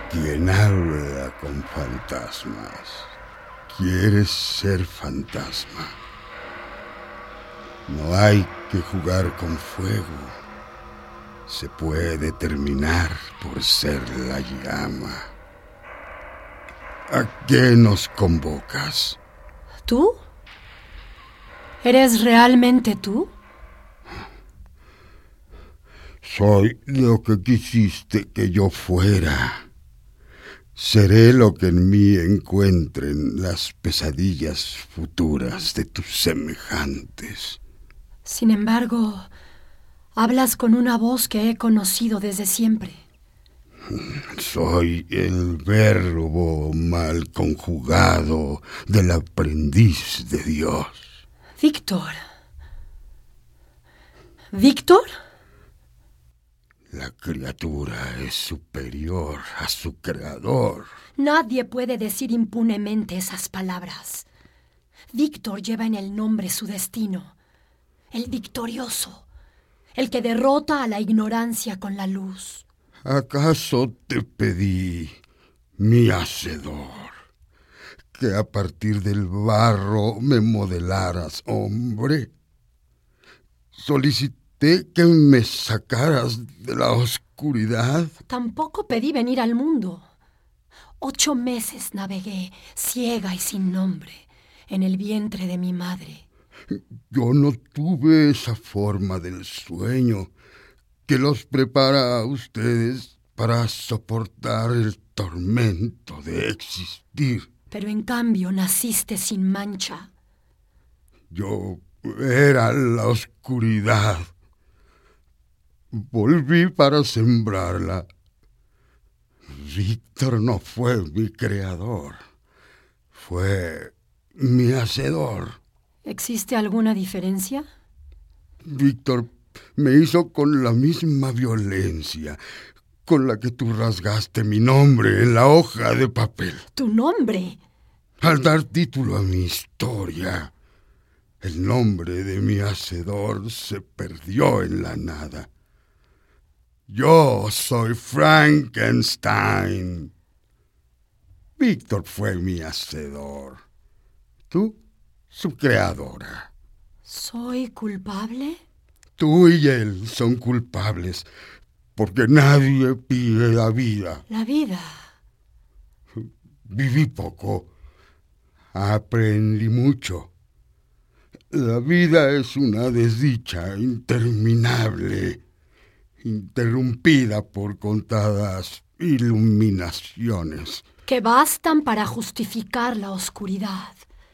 Quien habla con fantasmas quiere ser fantasma. No hay que jugar con fuego. Se puede terminar por ser la llama. ¿A qué nos convocas? ¿Tú? ¿Eres realmente tú? Soy lo que quisiste que yo fuera. Seré lo que en mí encuentren las pesadillas futuras de tus semejantes. Sin embargo, hablas con una voz que he conocido desde siempre. Soy el verbo mal conjugado del aprendiz de Dios. Víctor. ¿Víctor? La criatura es superior a su creador. Nadie puede decir impunemente esas palabras. Víctor lleva en el nombre su destino. El victorioso. El que derrota a la ignorancia con la luz. ¿Acaso te pedí, mi hacedor, que a partir del barro me modelaras hombre? Solicité que me sacaras de la oscuridad. Tampoco pedí venir al mundo. 8 meses navegué, ciega y sin nombre, en el vientre de mi madre. Yo no tuve esa forma del sueño que los prepara a ustedes para soportar el tormento de existir. Pero en cambio naciste sin mancha. Yo era la oscuridad. Volví para sembrarla. Víctor no fue mi creador, fue mi hacedor. ¿Existe alguna diferencia? Víctor me hizo con la misma violencia con la que tú rasgaste mi nombre en la hoja de papel. ¿Tu nombre? Al dar título a mi historia, el nombre de mi hacedor se perdió en la nada. Yo soy Frankenstein. Víctor fue mi hacedor. Tú, su creadora. ¿Soy culpable? Tú y él son culpables porque nadie pide la vida. La vida. Viví poco. Aprendí mucho. La vida es una desdicha interminable, interrumpida por contadas iluminaciones. Que bastan para justificar la oscuridad.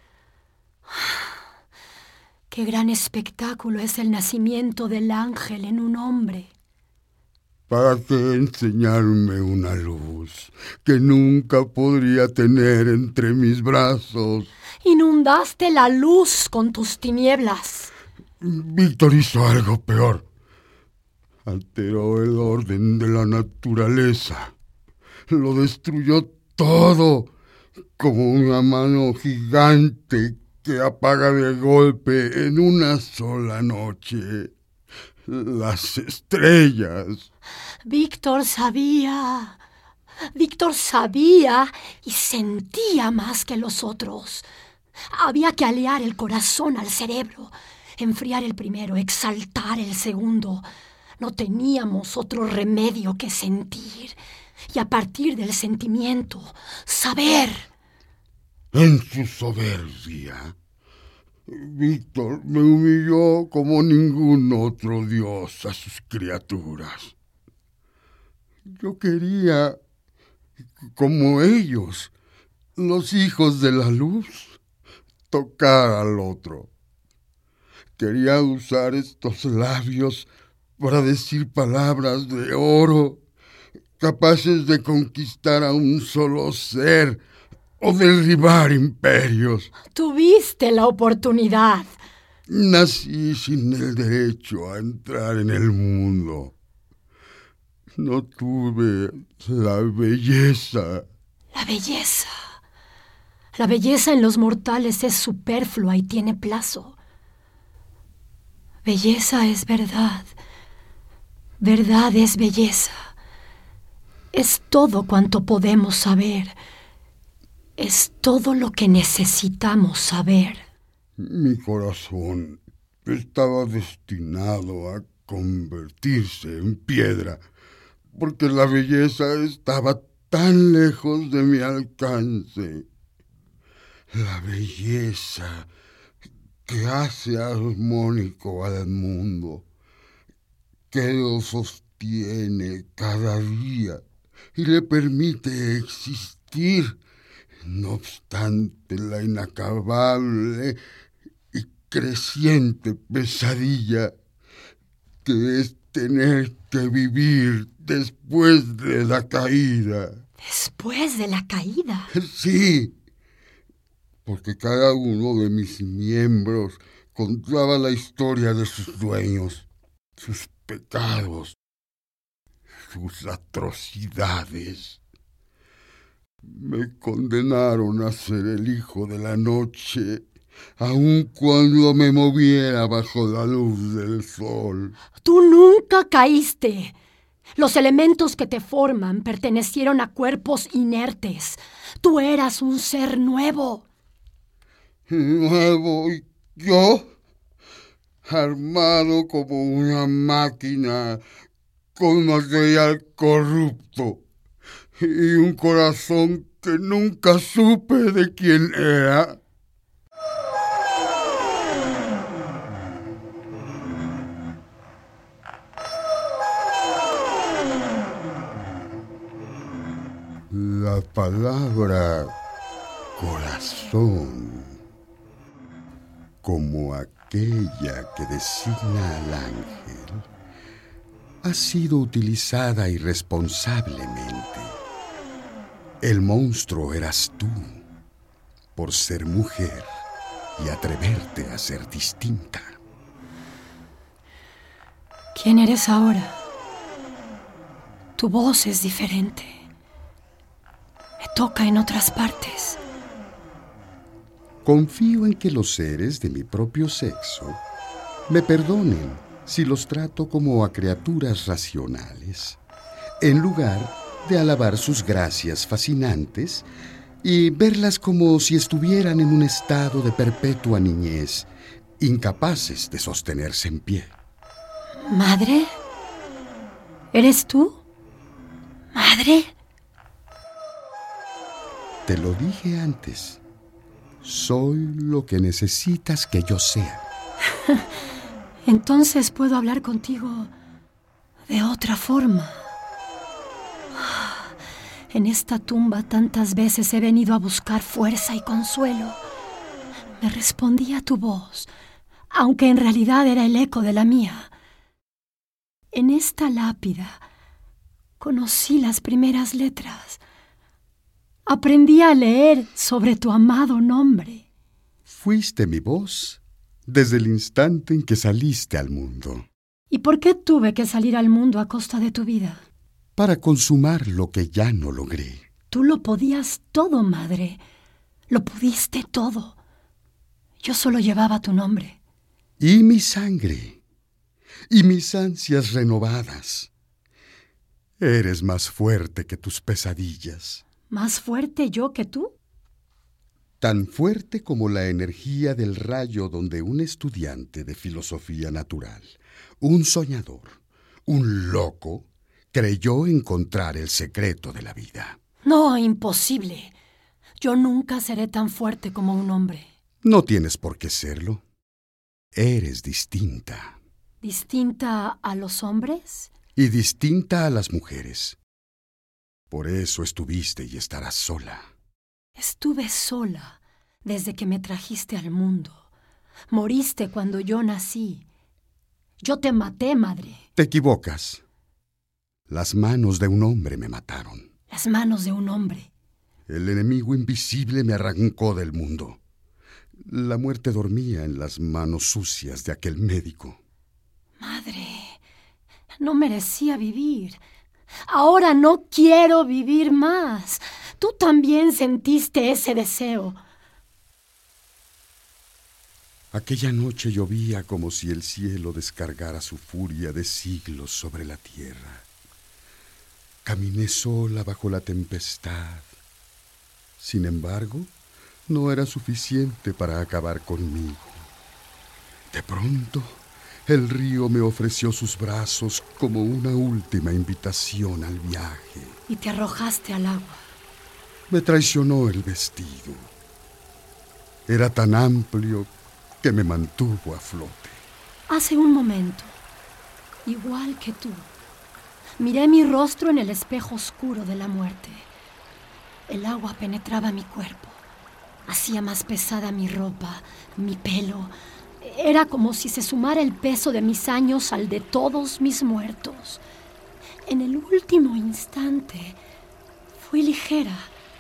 Qué gran espectáculo es el nacimiento del ángel en un hombre. ¿Para qué enseñarme una luz que nunca podría tener entre mis brazos? Inundaste la luz con tus tinieblas. Víctor hizo algo peor. Alteró el orden de la naturaleza. Lo destruyó todo, como una mano gigante que apaga de golpe en una sola noche las estrellas. Víctor sabía y sentía más que los otros. Había que aliar el corazón al cerebro, enfriar el primero, exaltar el segundo. No teníamos otro remedio que sentir, y a partir del sentimiento, saber. En su soberbia, Víctor me humilló como ningún otro dios a sus criaturas. Yo quería, como ellos, los hijos de la luz, tocar al otro. Quería usar estos labios para decir palabras de oro, capaces de conquistar a un solo ser o derribar imperios. Tuviste la oportunidad. Nací sin el derecho a entrar en el mundo. No tuve la belleza. La belleza. La belleza en los mortales es superflua y tiene plazo. Belleza es verdad. Verdad es belleza. Es todo cuanto podemos saber. Es todo lo que necesitamos saber. Mi corazón estaba destinado a convertirse en piedra, porque la belleza estaba tan lejos de mi alcance. La belleza que hace armónico al mundo, que lo sostiene cada día y le permite existir, no obstante la inacabable y creciente pesadilla que es tener que vivir después de la caída. ¿Después de la caída? Sí, porque cada uno de mis miembros contaba la historia de sus dueños, sus pecados, sus atrocidades. Me condenaron a ser el hijo de la noche, aun cuando me moviera bajo la luz del sol. Tú nunca caíste. Los elementos que te forman pertenecieron a cuerpos inertes. Tú eras un ser nuevo. ¿Nuevo yo? Armado como una máquina, con material corrupto y un corazón que nunca supe de quién era. La palabra corazón, como aquella que designa al ángel, ha sido utilizada irresponsablemente. El monstruo eras tú, por ser mujer y atreverte a ser distinta. ¿Quién eres ahora? Tu voz es diferente. Me toca en otras partes. Confío en que los seres de mi propio sexo me perdonen si los trato como a criaturas racionales, en lugar de alabar sus gracias fascinantes y verlas como si estuvieran en un estado de perpetua niñez, incapaces de sostenerse en pie. ¿Madre? ¿Eres tú? ¿Madre? Te lo dije antes. Soy lo que necesitas que yo sea. Entonces puedo hablar contigo de otra forma. En esta tumba tantas veces he venido a buscar fuerza y consuelo. Me respondía tu voz, aunque en realidad era el eco de la mía. En esta lápida conocí las primeras letras. Aprendí a leer sobre tu amado nombre. Fuiste mi voz desde el instante en que saliste al mundo. ¿Y por qué tuve que salir al mundo a costa de tu vida? Para consumar lo que ya no logré. Tú lo podías todo, madre. Lo pudiste todo. Yo solo llevaba tu nombre. Y mi sangre. Y mis ansias renovadas. Eres más fuerte que tus pesadillas. ¿Más fuerte yo que tú? Tan fuerte como la energía del rayo donde un estudiante de filosofía natural, un soñador, un loco, creyó encontrar el secreto de la vida. No, imposible. Yo nunca seré tan fuerte como un hombre. No tienes por qué serlo. Eres distinta. ¿Distinta a los hombres? Y distinta a las mujeres. Por eso estuviste y estarás sola. Estuve sola desde que me trajiste al mundo. Moriste cuando yo nací. Yo te maté, madre. Te equivocas. Las manos de un hombre me mataron. Las manos de un hombre. El enemigo invisible me arrancó del mundo. La muerte dormía en las manos sucias de aquel médico. Madre, no merecía vivir. Ahora no quiero vivir más. Tú también sentiste ese deseo. Aquella noche llovía como si el cielo descargara su furia de siglos sobre la tierra. Caminé sola bajo la tempestad. Sin embargo, no era suficiente para acabar conmigo. De pronto, el río me ofreció sus brazos como una última invitación al viaje. Y te arrojaste al agua. Me traicionó el vestido. Era tan amplio que me mantuvo a flote. Hace un momento, igual que tú, miré mi rostro en el espejo oscuro de la muerte. El agua penetraba mi cuerpo, hacía más pesada mi ropa, mi pelo. Era como si se sumara el peso de mis años al de todos mis muertos. En el último instante, fui ligera,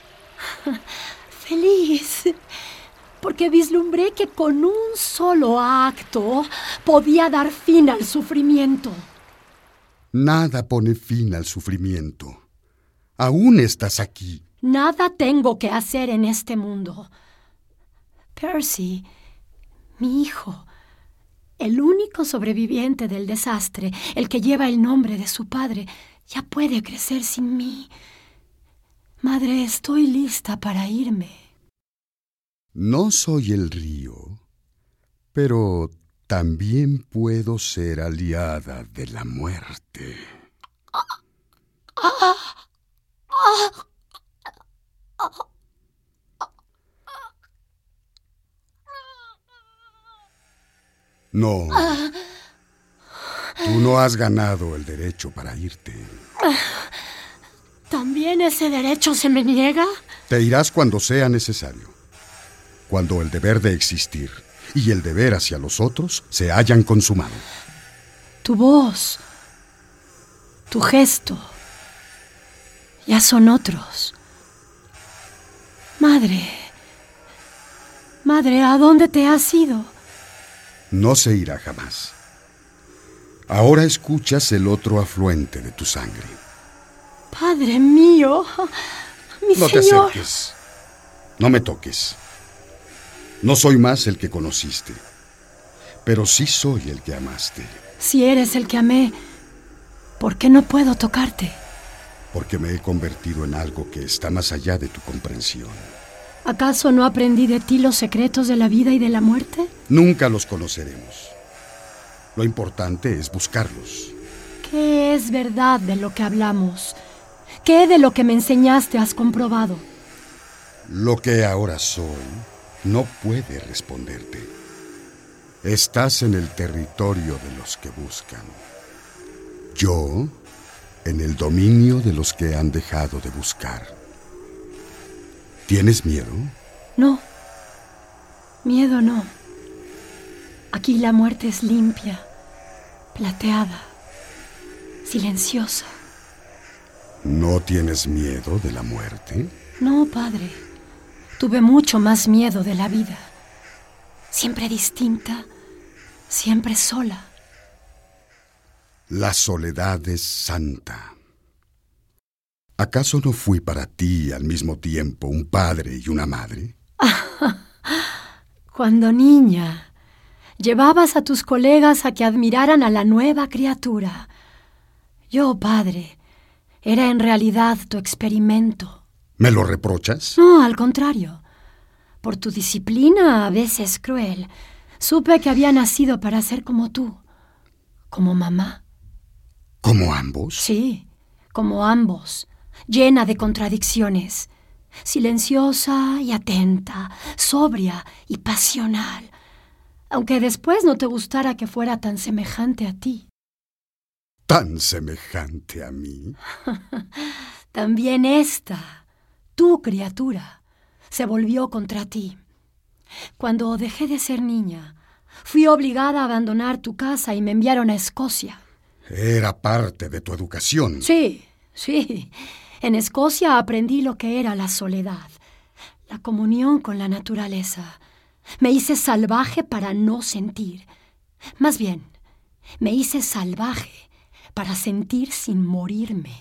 feliz, porque vislumbré que con un solo acto podía dar fin al sufrimiento. Nada pone fin al sufrimiento. Aún estás aquí. Nada tengo que hacer en este mundo. Percy, mi hijo, el único sobreviviente del desastre, el que lleva el nombre de su padre, ya puede crecer sin mí. Madre, estoy lista para irme. No soy el río, pero también puedo ser aliada de la muerte. No, tú no has ganado el derecho para irte. ¿También ese derecho se me niega? Te irás cuando sea necesario, cuando el deber de existir y el deber hacia los otros se hayan consumado. Tu voz, tu gesto, ya son otros. Madre, ¿a dónde te has ido? No se irá jamás. Ahora escuchas el otro afluente de tu sangre. Padre mío, mi No Señor. te acerques. No me toques. No soy más el que conociste, pero sí soy el que amaste. Si eres el que amé, ¿por qué no puedo tocarte? Porque me he convertido en algo que está más allá de tu comprensión. ¿Acaso no aprendí de ti los secretos de la vida y de la muerte? Nunca los conoceremos. Lo importante es buscarlos. ¿Qué es verdad de lo que hablamos? ¿Qué de lo que me enseñaste has comprobado? Lo que ahora soy no puede responderte. Estás en el territorio de los que buscan. Yo, en el dominio de los que han dejado de buscar. ¿Tienes miedo? No, miedo no. Aquí la muerte es limpia, plateada, silenciosa. ¿No tienes miedo de la muerte? No, padre. Tuve mucho más miedo de la vida. Siempre distinta, siempre sola. La soledad es santa. ¿Acaso no fui para ti al mismo tiempo un padre y una madre? Cuando niña, llevabas a tus colegas a que admiraran a la nueva criatura. Yo, padre, era en realidad tu experimento. ¿Me lo reprochas? No, al contrario. Por tu disciplina, a veces cruel, supe que había nacido para ser como tú, como mamá. ¿Como ambos? Sí, como ambos, llena de contradicciones, silenciosa y atenta, sobria y pasional, aunque después no te gustara que fuera tan semejante a ti. ¿Tan semejante a mí? También esta, tu criatura, se volvió contra ti. Cuando dejé de ser niña, fui obligada a abandonar tu casa y me enviaron a Escocia. Era parte de tu educación. Sí. En Escocia aprendí lo que era la soledad, la comunión con la naturaleza. Me hice salvaje para no sentir. Más bien, me hice salvaje para sentir sin morirme.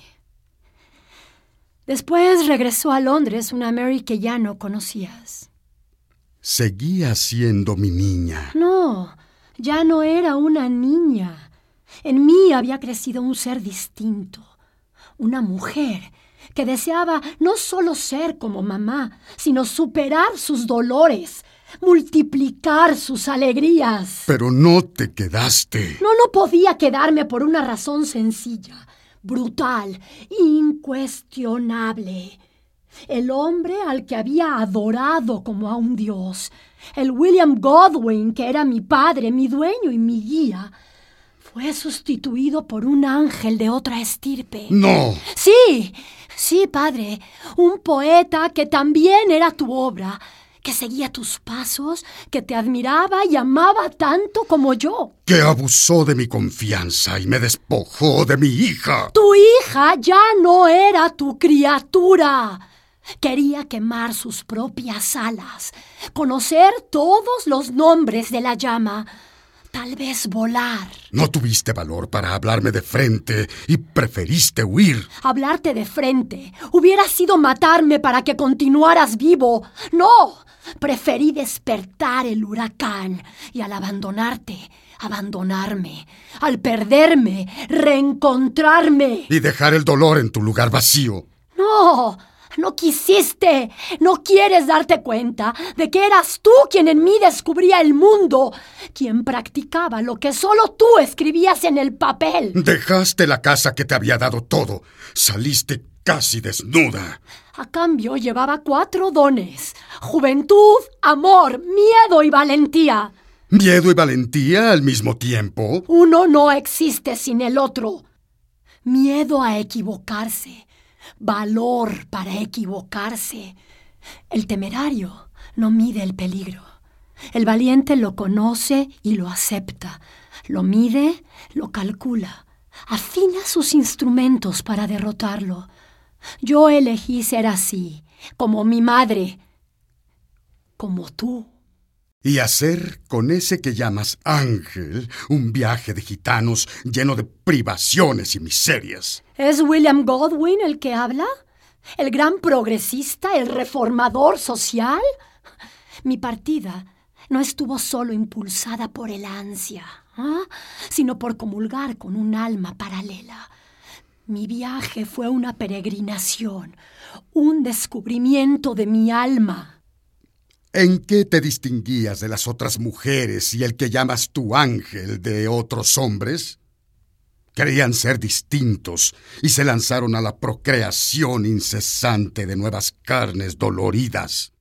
Después regresó a Londres una Mary que ya no conocías. Seguía siendo mi niña. No, ya no era una niña. En mí había crecido un ser distinto, Una mujer que deseaba no solo ser como mamá, sino superar sus dolores, multiplicar sus alegrías. Pero no te quedaste. No podía quedarme por una razón sencilla, brutal, incuestionable. El hombre al que había adorado como a un dios, el William Godwin, que era mi padre, mi dueño y mi guía, fue sustituido por un ángel de otra estirpe. ¡No! Sí, padre, un poeta que también era tu obra, que seguía tus pasos, que te admiraba y amaba tanto como yo. Que abusó de mi confianza y me despojó de mi hija. Tu hija ya no era tu criatura. Quería quemar sus propias alas, conocer todos los nombres de la llama, tal vez volar. No tuviste valor para hablarme de frente y preferiste huir. Hablarte de frente hubiera sido matarme para que continuaras vivo. No, preferí despertar el huracán y al abandonarte, abandonarme. Al perderme, reencontrarme. Y dejar el dolor en tu lugar vacío. No quisiste, no quieres darte cuenta de que eras tú quien en mí descubría el mundo, quien practicaba lo que solo tú escribías en el papel. Dejaste la casa que te había dado todo. Saliste casi desnuda. A cambio llevaba 4 dones: juventud, amor, miedo y valentía. ¿Miedo y valentía al mismo tiempo? Uno no existe sin el otro. Miedo a equivocarse. Valor para equivocarse. El temerario no mide el peligro. El valiente lo conoce y lo acepta. Lo mide, lo calcula. Afina sus instrumentos para derrotarlo. Yo elegí ser así, como mi madre, como tú. Y hacer con ese que llamas ángel un viaje de gitanos lleno de privaciones y miserias. ¿Es William Godwin el que habla? ¿El gran progresista, el reformador social? Mi partida no estuvo solo impulsada por el ansia, sino por comulgar con un alma paralela. Mi viaje fue una peregrinación, un descubrimiento de mi alma. ¿En qué te distinguías de las otras mujeres y el que llamas tu ángel de otros hombres? Creían ser distintos y se lanzaron a la procreación incesante de nuevas carnes doloridas.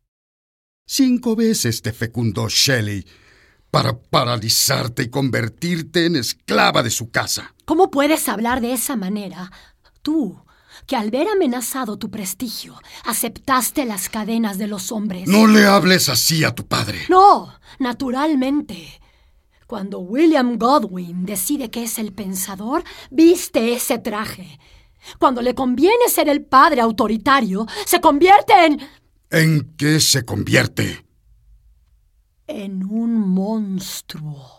5 veces te fecundó Shelley para paralizarte y convertirte en esclava de su casa. ¿Cómo puedes hablar de esa manera? Tú, que al ver amenazado tu prestigio, aceptaste las cadenas de los hombres. No le hables así a tu padre. No, naturalmente. Cuando William Godwin decide que es el pensador, viste ese traje. Cuando le conviene ser el padre autoritario, se convierte en... ¿En qué se convierte? En un monstruo.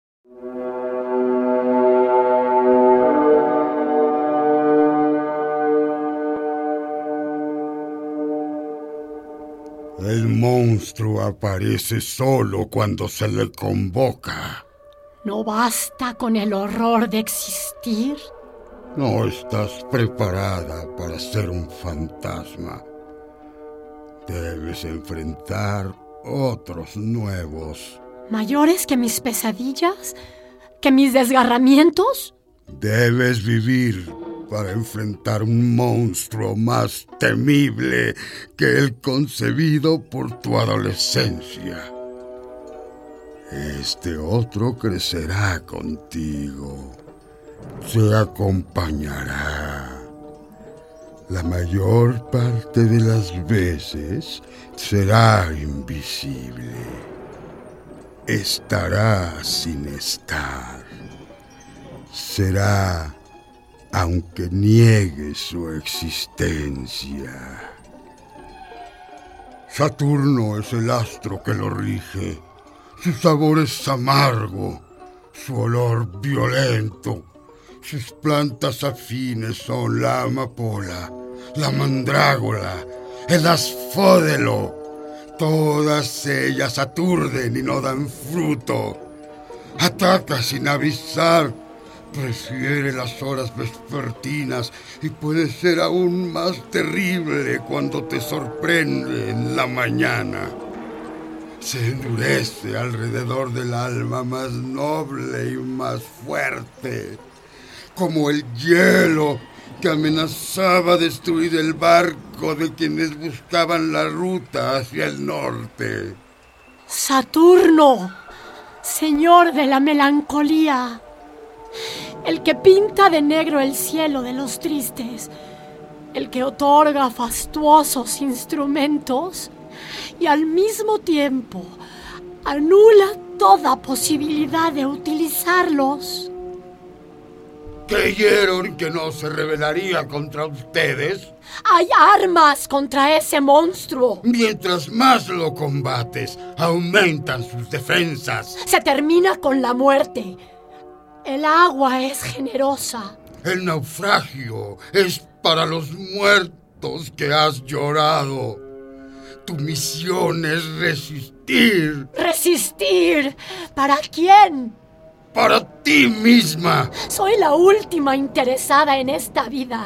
El monstruo aparece solo cuando se le convoca. ¿No basta con el horror de existir? No estás preparada para ser un fantasma. Debes enfrentar otros nuevos. ¿Mayores que mis pesadillas? ¿Que mis desgarramientos? Debes vivir para enfrentar un monstruo más temible que el concebido por tu adolescencia. Este otro crecerá contigo, te acompañará. La mayor parte de las veces será invisible. Estará sin estar. Será aunque niegue su existencia. Saturno es el astro que lo rige. Su sabor es amargo, su olor violento. Sus plantas afines son la amapola, la mandrágora, el asfódelo. Todas ellas aturden y no dan fruto. Ataca sin avisar, Prefiere las horas vespertinas y puede ser aún más terrible cuando te sorprende en la mañana. Se endurece alrededor del alma más noble y más fuerte, como el hielo que amenazaba destruir el barco de quienes buscaban la ruta hacia el norte. Saturno, señor de la melancolía, el que pinta de negro el cielo de los tristes, el que otorga fastuosos instrumentos y al mismo tiempo anula toda posibilidad de utilizarlos. ¿Creyeron que no se rebelaría contra ustedes? Hay armas contra ese monstruo. Mientras más lo combates, aumentan sus defensas. Se termina con la muerte. El agua es generosa. El naufragio es para los muertos que has llorado. Tu misión es resistir. ¿Resistir? ¿Para quién? Para ti misma. Soy la última interesada en esta vida.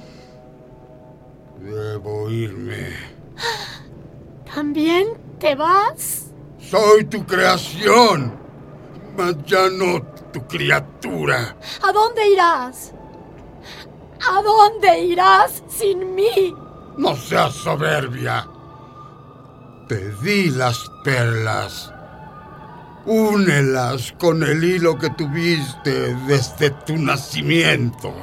Debo irme. ¿También te vas? Soy tu creación, mas ya no tu criatura. ¿A dónde irás? ¿A dónde irás sin mí? No seas soberbia. Te di las perlas. Únelas con el hilo que tuviste desde tu nacimiento.